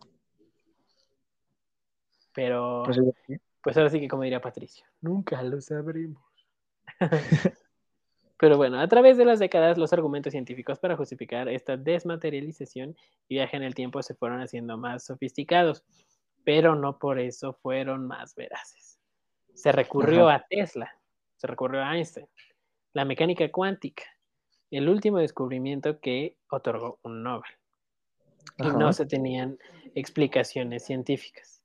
Pero, Pues, sí. pues ahora sí que como diría Patricio, nunca lo sabremos. Pero bueno, a través de las décadas, los argumentos científicos para justificar esta desmaterialización y viaje en el tiempo se fueron haciendo más sofisticados, pero no por eso fueron más veraces. Se Ajá. recurrió a Tesla, se recurrió a Einstein, la mecánica cuántica, el último descubrimiento que otorgó un Nobel. Y no Ajá. se tenían explicaciones científicas.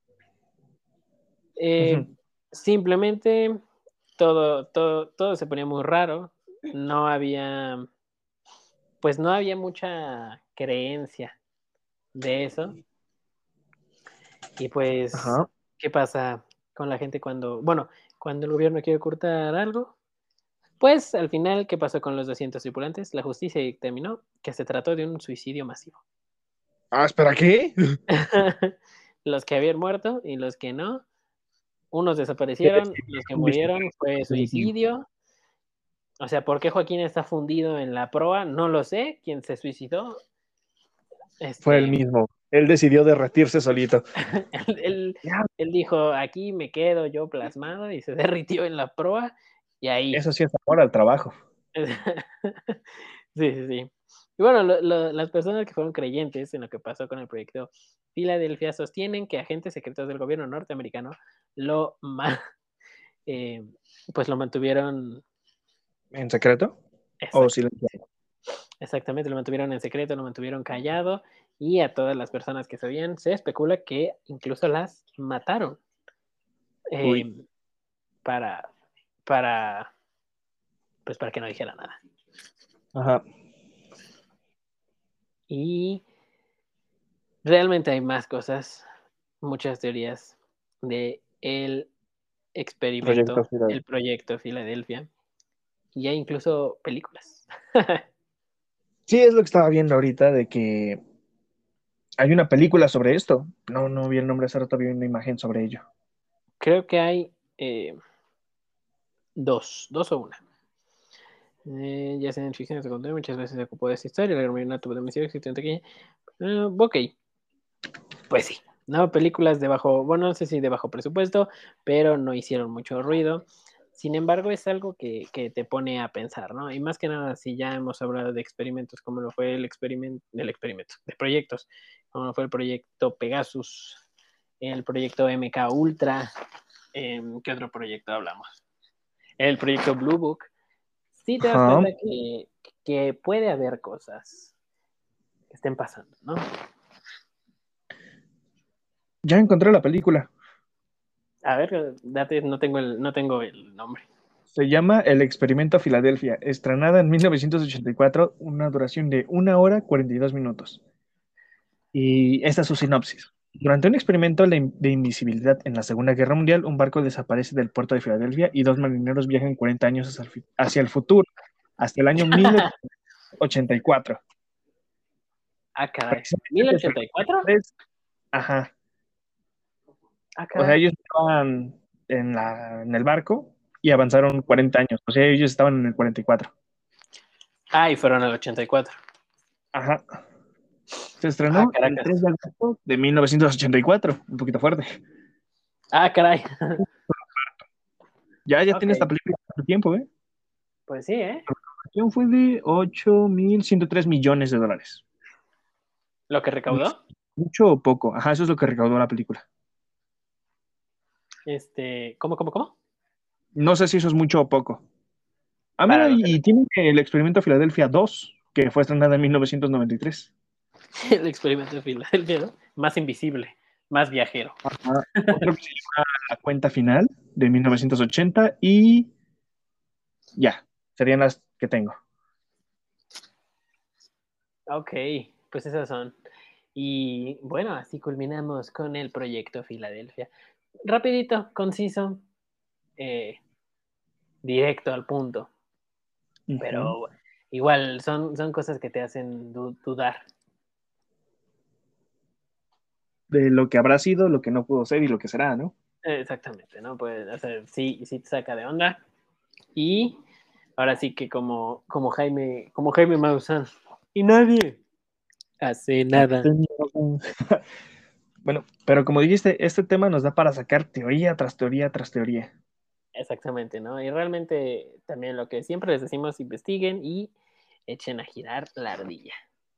Eh, Ujú. simplemente todo, todo, todo se ponía muy raro. No había, pues no había mucha creencia de eso. Y pues, Ajá. ¿qué pasa con la gente cuando, bueno, cuando el gobierno quiere ocultar algo? Pues al final, ¿qué pasó con los doscientos tripulantes? La justicia dictaminó que se trató de un suicidio masivo. Ah, espera, ¿qué? Los que habían muerto y los que no, unos desaparecieron, los que murieron fue suicidio. O sea, ¿por qué Joaquín está fundido en la proa? No lo sé. ¿Quién se suicidó? Fue el Este, mismo. Él decidió derretirse solito. él, él, Ya, él dijo, aquí me quedo yo plasmado y se derritió en la proa y ahí. eso sí es amor al trabajo. Sí, sí, sí. Y bueno, lo, lo, las personas que fueron creyentes en lo que pasó con el proyecto Filadelfia sostienen que agentes secretos del gobierno norteamericano lo, eh, pues lo mantuvieron, ¿En secreto? ¿O exacto, silencio? sí, exactamente, lo mantuvieron en secreto, lo mantuvieron callado y a todas las personas que sabían se especula que incluso las mataron Uy. eh, para, para, pues para que no dijera nada. Ajá. Y realmente hay más cosas, muchas teorías de el Proyecto experimento, Fidel. el proyecto Filadelfia, y hay incluso películas. Sí, es lo que estaba viendo ahorita, de que hay una película sobre esto. No, no vi el nombre, hace rato vi una imagen sobre ello. Creo que hay eh, dos, dos o una. Eh, ya sea en ficción o secundaria, muchas veces se ocupó de esta historia, la gran mayoría no tuvo demasiado éxito en taquilla. Eh, ok, pues sí, no, películas de bajo, bueno, no sé si de bajo presupuesto, pero no hicieron mucho ruido. Sin embargo, es algo que, que te pone a pensar, ¿no? Y más que nada, si ya hemos hablado de experimentos, como lo fue el experimento, del experimento, de proyectos, como lo fue el proyecto Pegasus, el proyecto M K Ultra, eh, ¿qué otro proyecto hablamos? El proyecto Blue Book. Sí te das Ajá. cuenta que, que puede haber cosas que estén pasando, ¿no? Ya encontré la película. A ver, date, no tengo el, no tengo el nombre. Se llama El Experimento Filadelfia, estrenada en mil novecientos ochenta y cuatro, una duración de una hora cuarenta y dos minutos. Y esta es su sinopsis. Durante un experimento de de invisibilidad en la Segunda Guerra Mundial, un barco desaparece del puerto de Filadelfia y dos marineros viajan cuarenta años hacia el, fi- hacia el futuro, hasta el año mil ochocientos ochenta y cuatro. Ah, caray. ¿Mil Precisamente ochenta y cuatro? tres, ajá. Ah, O sea, caray. ellos estaban en la, en el barco y avanzaron cuarenta años. O sea, ellos estaban en el cuarenta y cuatro. Ah, y fueron el ochenta y cuatro. Ajá. Se Ah, estrenó el Caracas. tres de agosto de mil novecientos ochenta y cuatro, un poquito fuerte. Ah, caray. Ya, ya Ok, tiene esta película hace tiempo, ¿eh? pues sí, ¿eh? La recaudación fue de ocho mil ciento tres millones de dólares. Lo que No sé, recaudó, mucho o poco. Ajá, eso es lo que recaudó la película. este, ¿cómo, cómo, cómo? No sé si eso es mucho o poco. Ah, Para mira, lo y, que y tiene el Experimento Filadelfia dos, que fue estrenada en mil novecientos noventa y tres. el experimento de Filadelfia, ¿no? Más invisible, más viajero. Ajá. Otro que se llama La Cuenta Final, de mil novecientos ochenta, y ya, serían las que tengo. Ok, pues esas son. Y bueno, así culminamos con el proyecto Filadelfia. Rapidito, conciso, eh, directo al punto, Ujú. pero igual son, son cosas que te hacen du- dudar. De lo que habrá sido, lo que no pudo ser y lo que será, ¿no? Exactamente, ¿no? Pues, o sea, sí, sí te saca de onda. Y ahora sí que como, como Jaime, como Jaime Maussan. Y nadie hace nada. Bueno, pero como dijiste, este tema nos da para sacar teoría tras teoría tras teoría. Exactamente, ¿no? Y realmente también lo que siempre les decimos, investiguen y echen a girar la ardilla.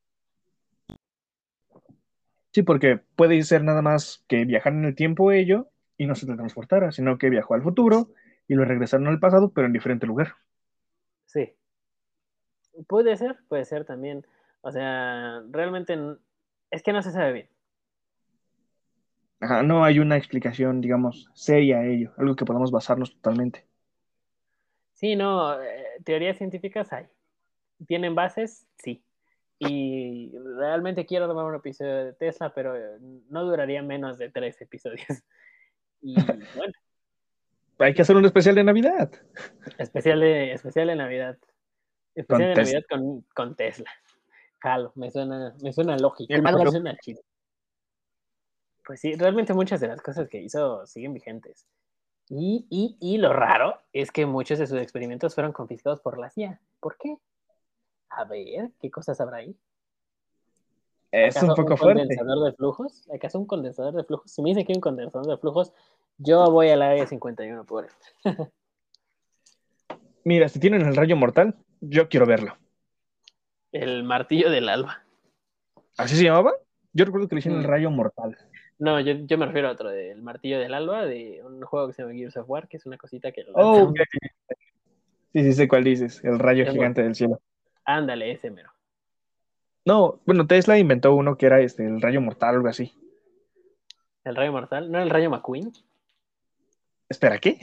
Sí, porque puede ser nada más que viajar en el tiempo ello y no se teletransportara, sino que viajó al futuro y lo regresaron al pasado, pero en diferente lugar. Sí, puede ser, puede ser también. O sea, realmente n- es que no se sabe bien. Ajá, no hay una explicación, digamos, seria a ello, algo que podamos basarnos totalmente. Sí, no, eh, teorías científicas hay. ¿Tienen bases? Sí. Y realmente quiero tomar un episodio de Tesla, pero eh, no duraría menos de tres episodios. Y bueno, Hay que hacer un especial de Navidad. Especial de, especial de Navidad. Especial Con de Tesla. Navidad con, con Tesla. Jalo, me suena, me suena lógico, El me mejor. suena chido. Pues sí, realmente muchas de las cosas que hizo siguen vigentes. Y, y, y lo raro es que muchos de sus experimentos fueron confiscados por la C I A. ¿Por qué? A ver, ¿qué cosas habrá ahí? Es un ¿Acaso un poco fuerte. condensador de flujos? ¿Acaso un condensador de flujos? Si me dice que hay un condensador de flujos, yo voy al área cincuenta y uno por esto. Mira, si tienen el rayo mortal, yo quiero verlo. El martillo del alba. ¿Así se llamaba? Yo recuerdo que le hicieron el Mm. rayo mortal. No, yo, yo me refiero a otro, del martillo del alba, de un juego que se llama Gears of War, que es una cosita que lanza Oh, un... ok. Sí, sí sé cuál dices. El rayo Es bueno. gigante del cielo. Ándale, ese mero. No, bueno, Tesla inventó uno que era este, el rayo mortal o algo así. El rayo mortal, ¿no era el rayo McQueen? Espera, ¿qué?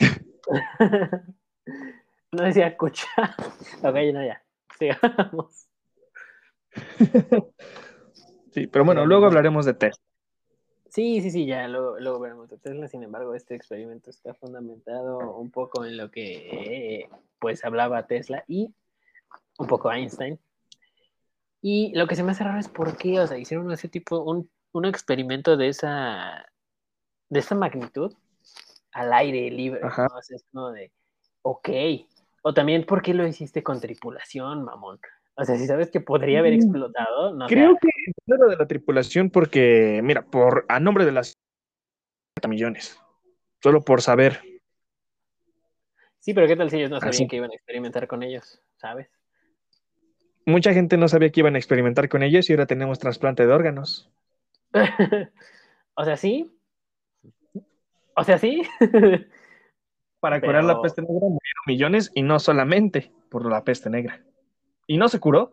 No decía cucha. Ok, no, ya. Sigamos. Sí, pero bueno, Pero luego bueno. hablaremos de Tesla. Sí, sí, sí, ya luego, luego veremos de Tesla. Sin embargo, este experimento está fundamentado un poco en lo que eh, pues hablaba Tesla y un poco Einstein. Y lo que se me hace raro es por qué, o sea, hicieron ese tipo, un, un experimento de esa, de esa magnitud al aire libre, Ajá. ¿no? O sea, es como de, ok. O también, ¿por qué lo hiciste con tripulación, mamón? O sea, si sabes que podría haber Mm, explotado, no, o Creo sea, que no era de la tripulación porque, mira, por a nombre de las millones, solo por saber. sí, pero ¿qué tal si ellos no sabían Así. que iban a experimentar con ellos, ¿sabes? Mucha gente no sabía que iban a experimentar con ellos y ahora tenemos trasplante de órganos. O sea, sí, o sea, sí, Para curar la pero peste negra murieron millones y no solamente por la peste negra. ¿Y no se curó?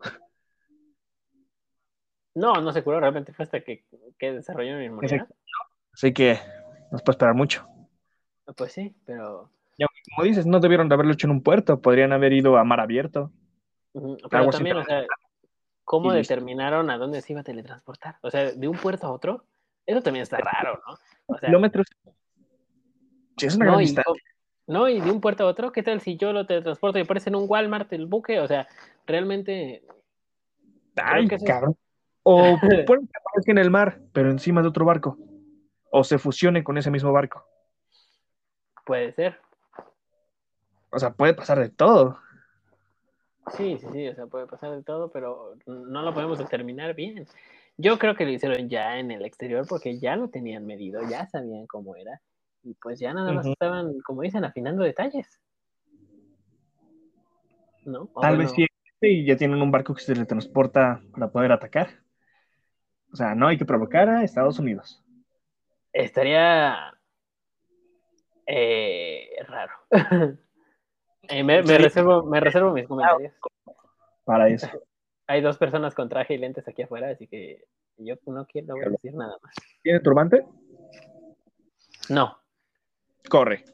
no, no se curó, realmente fue hasta que, que desarrolló una inmunidad. Exacto. Así que nos puede esperar mucho. Pues sí, pero, Y aunque, como dices, no debieron de haberlo hecho en un puerto, podrían haber ido a mar abierto, pero aguas también, o sea, internacionales y ¿cómo listo. determinaron a dónde se iba a teletransportar? O sea, de un puerto a otro, eso también está raro, ¿no? O sea, Kilómetros, sí, es una gran no, y, distancia. no, y de un puerto a otro, ¿qué tal si yo lo teletransporto y aparece en un Walmart el buque? O sea, realmente creo Ay, que eso es... cabrón. O pueden que aparezca en el mar, pero encima de otro barco. O se fusione con ese mismo barco. Puede ser. O sea, puede pasar de todo. Sí, sí, sí, o sea, puede pasar de todo, pero no lo podemos determinar bien. Yo creo que lo hicieron ya en el exterior porque ya lo tenían medido, ya sabían cómo era y pues ya nada más Ujú. estaban, como dicen, afinando detalles, ¿no? O Tal vez bueno, sí existe y ya tienen un barco que se le transporta para poder atacar. O sea, no hay que provocar a Estados Unidos. estaría eh, raro. Eh, me, me Sería reservo, me reservo mis comentarios. para eso. Hay dos personas con traje y lentes aquí afuera, así que yo no quiero, no voy a decir nada más. ¿Tiene turbante? No. Corre.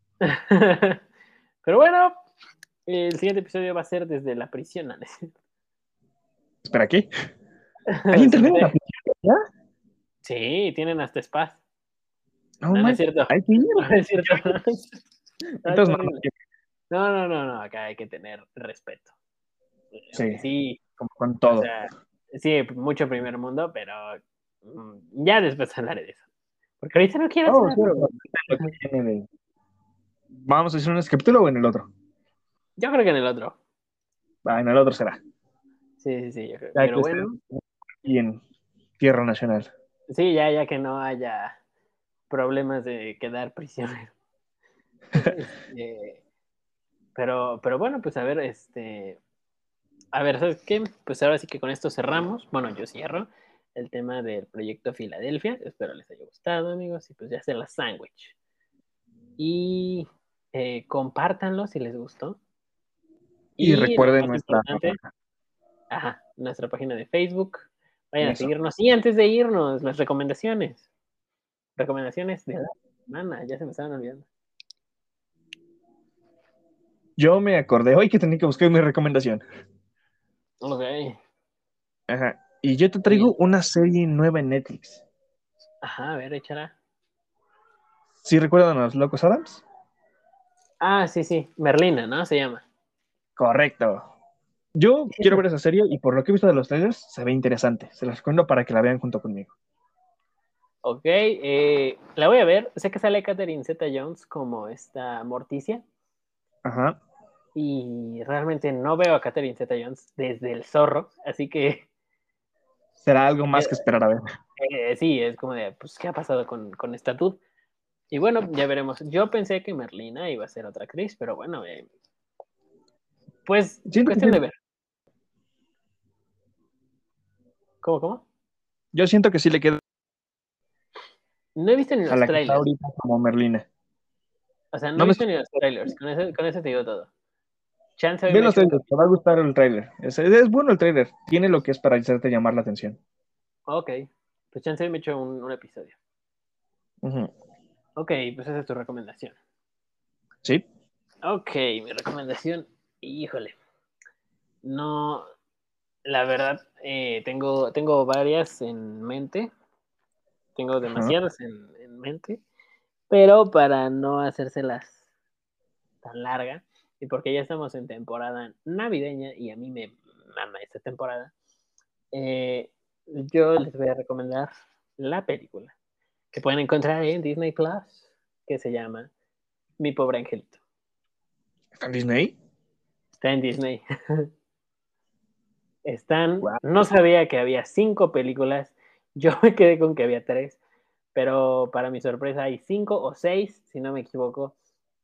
Pero bueno, el siguiente episodio va a ser desde la prisión. ¿No? Espera, ¿qué? ¿Hay Se internet en la mete. prisión? ¿Ya? Sí, tienen hasta spas. No, No, no es man. cierto. Hay que ir. No, no es cierto. No, está Entonces, no, no, horrible. No, no, no, no, acá hay que tener respeto. sí, Aunque sí, como con o todo. sea, sí, mucho primer mundo, pero mm, ya después hablaré de eso. Porque ahorita no quiero Oh, sí, tenerlo. lo que tiene de- Vamos a hacer un capítulo o en el otro. Yo creo que en el otro. Va, en el otro será. Sí, sí, sí, yo creo. Ya Pero que esté bueno, y en tierra nacional. sí, ya, ya que no haya problemas de quedar prisionero. Este, pero, pero bueno, pues a ver, este, a ver, ¿sabes qué? Pues ahora sí que con esto cerramos. Bueno, yo cierro el tema del proyecto Filadelfia. Espero les haya gustado, amigos. Y pues ya se la sándwich. Y eh, compártanlo si les gustó. Y Y lo recuerden más nuestra... importante, ajá, nuestra página de Facebook. Vayan a Eso. seguirnos. Y antes de irnos, las recomendaciones. Recomendaciones de la semana. Ya se me estaban olvidando. Yo me acordé hoy que tenía que buscar mi recomendación. Ok. Ajá. Y yo te Muy traigo bien. una serie nueva en Netflix. Ajá, a ver, échala. ¿Sí recuerdan a los Locos Adams? Ah, sí, sí, Merlina, ¿no? Se llama. Correcto. Yo quiero Esa. ver esa serie y por lo que he visto de los trailers, se ve interesante. Se las recomiendo para que la vean junto conmigo. Ok, eh, la voy a ver. Sé que sale Catherine Zeta-Jones como esta Morticia. Ajá. Y realmente no veo a Catherine Zeta-Jones desde el zorro. Así que Será algo eh, más que esperar a ver. eh, sí, es como de, pues, ¿qué ha pasado con, con esta Tooth? Y bueno, ya veremos. Yo pensé que Merlina iba a ser otra actriz, pero bueno, eh, pues Siento que sí, cuestión de ver. ¿Cómo, cómo? yo siento que sí le queda No he visto ni a los la que está trailers. ahorita como Merlina. O sea, no No he me visto ni los trailers. Con eso, con eso te digo todo. Chance hoy Ve me los echo un trailers, te capítulo. va a gustar el trailer. Es, es bueno el trailer. Tiene lo que es para hacerte llamar la atención. Ok, pues chance hoy me echo un, un episodio. Ujú. Ok, pues esa es tu recomendación. Sí. Ok, mi recomendación, híjole, no, la verdad, eh, tengo, tengo varias en mente, tengo Ajá. demasiadas en, en mente, pero para no hacérselas tan larga, y porque ya estamos en temporada navideña y a mí me mama esta temporada, eh, yo les voy a recomendar la película que pueden encontrar en Disney Plus, que se llama Mi Pobre Angelito. ¿Está en Disney? Está en Disney. Están, Guau. no sabía que había cinco películas, yo me quedé con que había tres, pero para mi sorpresa hay cinco o seis, si no me equivoco.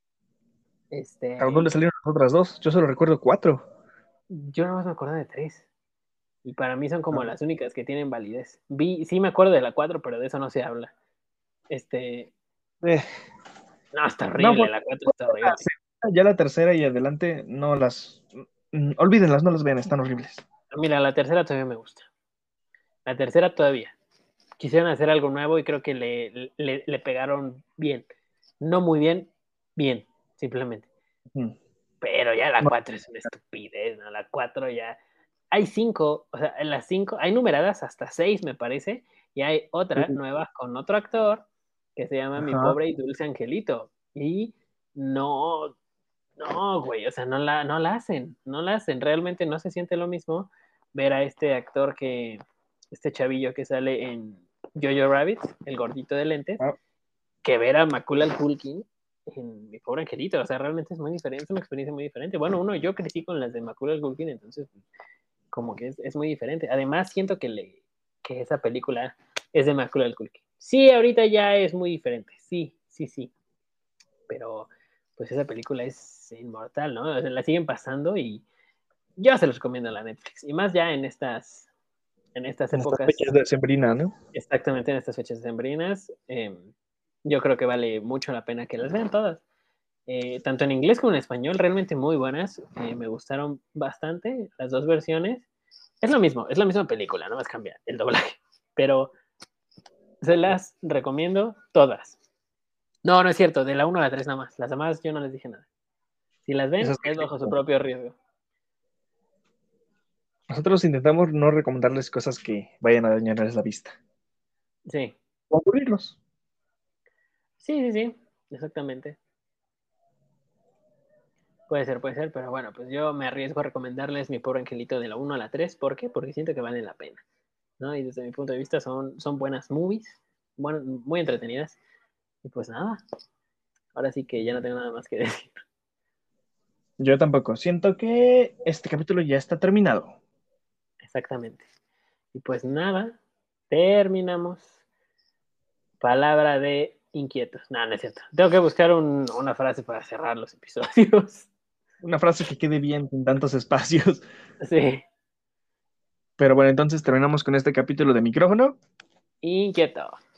¿A dónde Este, salieron las otras dos? Yo solo recuerdo cuatro. yo nada más me acuerdo de tres, y para mí son Ah, como las únicas que tienen validez. Vi, sí me acuerdo de la cuatro, pero de eso no se habla. Este, eh, no, está no, fue horrible, la cuatro fue está la horrible. segunda, ya la tercera y adelante no las... mm, olvídenlas, no las vean, están horribles. Mira, la tercera todavía me gusta. La tercera todavía. Quisieron hacer algo nuevo y creo que le, le, le pegaron bien. No muy bien, bien, simplemente. Mm. Pero ya la No, cuatro es una estupidez, ¿no? La cuatro ya. Hay cinco, o sea, en las cinco, hay numeradas hasta seis, me parece, y hay otra nueva con otro actor que se llama Mi ajá. Pobre y Dulce Angelito. Y no, no, güey, o sea, no la, no la hacen, no la hacen. Realmente no se siente lo mismo ver a este actor que, este chavillo que sale en Jojo Rabbit, el gordito de lentes, Ah, que ver a Macaulay Culkin en Mi Pobre Angelito. O sea, realmente es muy diferente, es una experiencia muy diferente. Bueno, uno, yo crecí con las de Macaulay Culkin, entonces como que es, es muy diferente. Además, siento que, le, que esa película es de Macaulay Culkin. Sí, ahorita ya es muy diferente, sí, sí, sí, pero pues esa película es inmortal, ¿no? O sea, la siguen pasando y yo se los recomiendo a la Netflix. Y más ya en estas, en estas en estas fechas épocas, de sembrina, ¿no? exactamente en estas fechas sembrinas, eh, yo creo que vale mucho la pena que las vean todas. Eh, tanto en inglés como en español, realmente muy buenas. Eh, me gustaron bastante las dos versiones. Es lo mismo, es la misma película, no más cambia el doblaje. Pero se las recomiendo todas. No, no es cierto, de la uno a la tres nada más. Las demás yo no les dije nada. Si las ven, Esas es bajo su propio riesgo. nosotros intentamos no recomendarles cosas que vayan a dañarles la vista. Sí, O aburrirlos. sí, sí, sí, exactamente. Puede ser, puede ser, pero bueno, pues yo me arriesgo a recomendarles Mi Pobre Angelito de la uno a la tres. ¿Por qué? Porque siento que valen la pena, ¿no? Y desde mi punto de vista son, son buenas movies, bueno, muy entretenidas. Y pues nada, ahora sí que ya no tengo nada más que decir. Yo tampoco. Siento que este capítulo ya está terminado. Exactamente. Y pues nada, terminamos. Palabra de inquietos. No, no es cierto. Tengo que buscar un, una frase para cerrar los episodios. Una frase que quede bien en tantos espacios. Sí, Pero bueno, entonces terminamos con este capítulo de micrófono. inquieto.